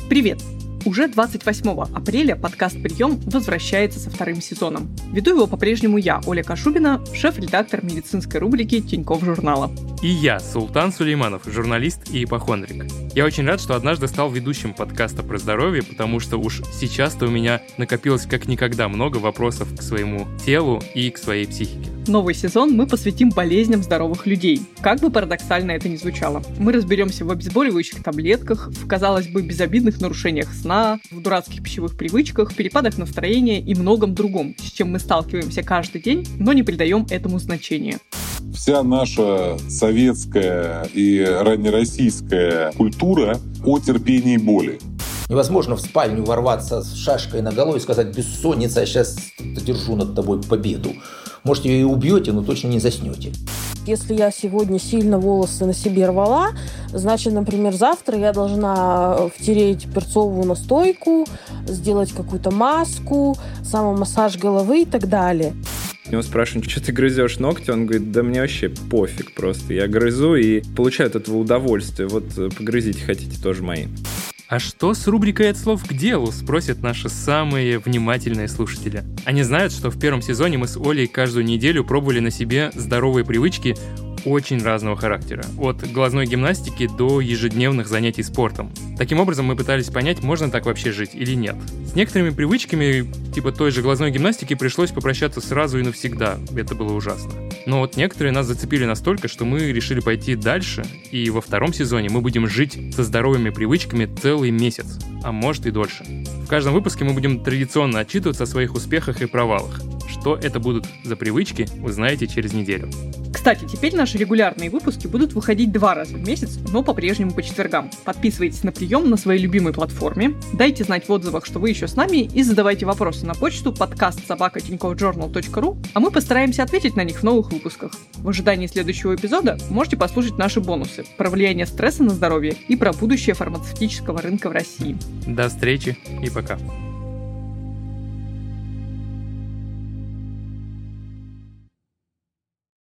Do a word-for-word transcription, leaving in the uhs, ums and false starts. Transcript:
Привет! Уже двадцать восьмого апреля подкаст «Прием» возвращается со вторым сезоном. Веду его по-прежнему я, Оля Кашубина, шеф-редактор медицинской рубрики Тинькофф журнала. И я, Султан Сулейманов, журналист и ипохондрик. Я очень рад, что однажды стал ведущим подкаста про здоровье, потому что уж сейчас-то у меня накопилось как никогда много вопросов к своему телу и к своей психике. Новый сезон мы посвятим болезням здоровых людей. Как бы парадоксально это ни звучало. Мы разберемся в обезболивающих таблетках, в, казалось бы, безобидных нарушениях сна, в дурацких пищевых привычках, перепадах настроения и многом другом, с чем мы сталкиваемся каждый день, но не придаем этому значения. Вся наша советская и раннероссийская культура о терпении боли. Невозможно в спальню ворваться с шашкой наголо и сказать: бессонница, я сейчас держу над тобой победу. Может, ее и убьете, но точно не заснете. Если я сегодня сильно волосы на себе рвала, значит, например, завтра я должна втереть перцовую настойку, сделать какую-то маску, самомассаж головы и так далее. Его спрашивают: что ты грызешь ногти? Он говорит: да мне вообще пофиг просто. Я грызу и получаю от этого удовольствие. Вот погрызите хотите тоже мои. А что с рубрикой «От слов к делу?» спросят наши самые внимательные слушатели. Они знают, что в первом сезоне мы с Олей каждую неделю пробовали на себе здоровые привычки очень разного характера. От глазной гимнастики до ежедневных занятий спортом. Таким образом, мы пытались понять, можно так вообще жить или нет. С некоторыми привычками, типа той же глазной гимнастики, пришлось попрощаться сразу и навсегда. Это было ужасно. Но вот некоторые нас зацепили настолько, что мы решили пойти дальше, и во втором сезоне мы будем жить со здоровыми привычками целый месяц, а может и дольше. В каждом выпуске мы будем традиционно отчитываться о своих успехах и провалах. Что это будут за привычки, узнаете через неделю. Кстати, теперь наши регулярные выпуски будут выходить два раза в месяц, но по-прежнему по четвергам. Подписывайтесь на прием на своей любимой платформе, дайте знать в отзывах, что вы еще с нами, и задавайте вопросы на почту подкаст собака тинькофф джорнал точка ру, а мы постараемся ответить на них в новых выпусках. В ожидании следующего эпизода можете послушать наши бонусы про влияние стресса на здоровье и про будущее фармацевтического рынка в России. До встречи и пока.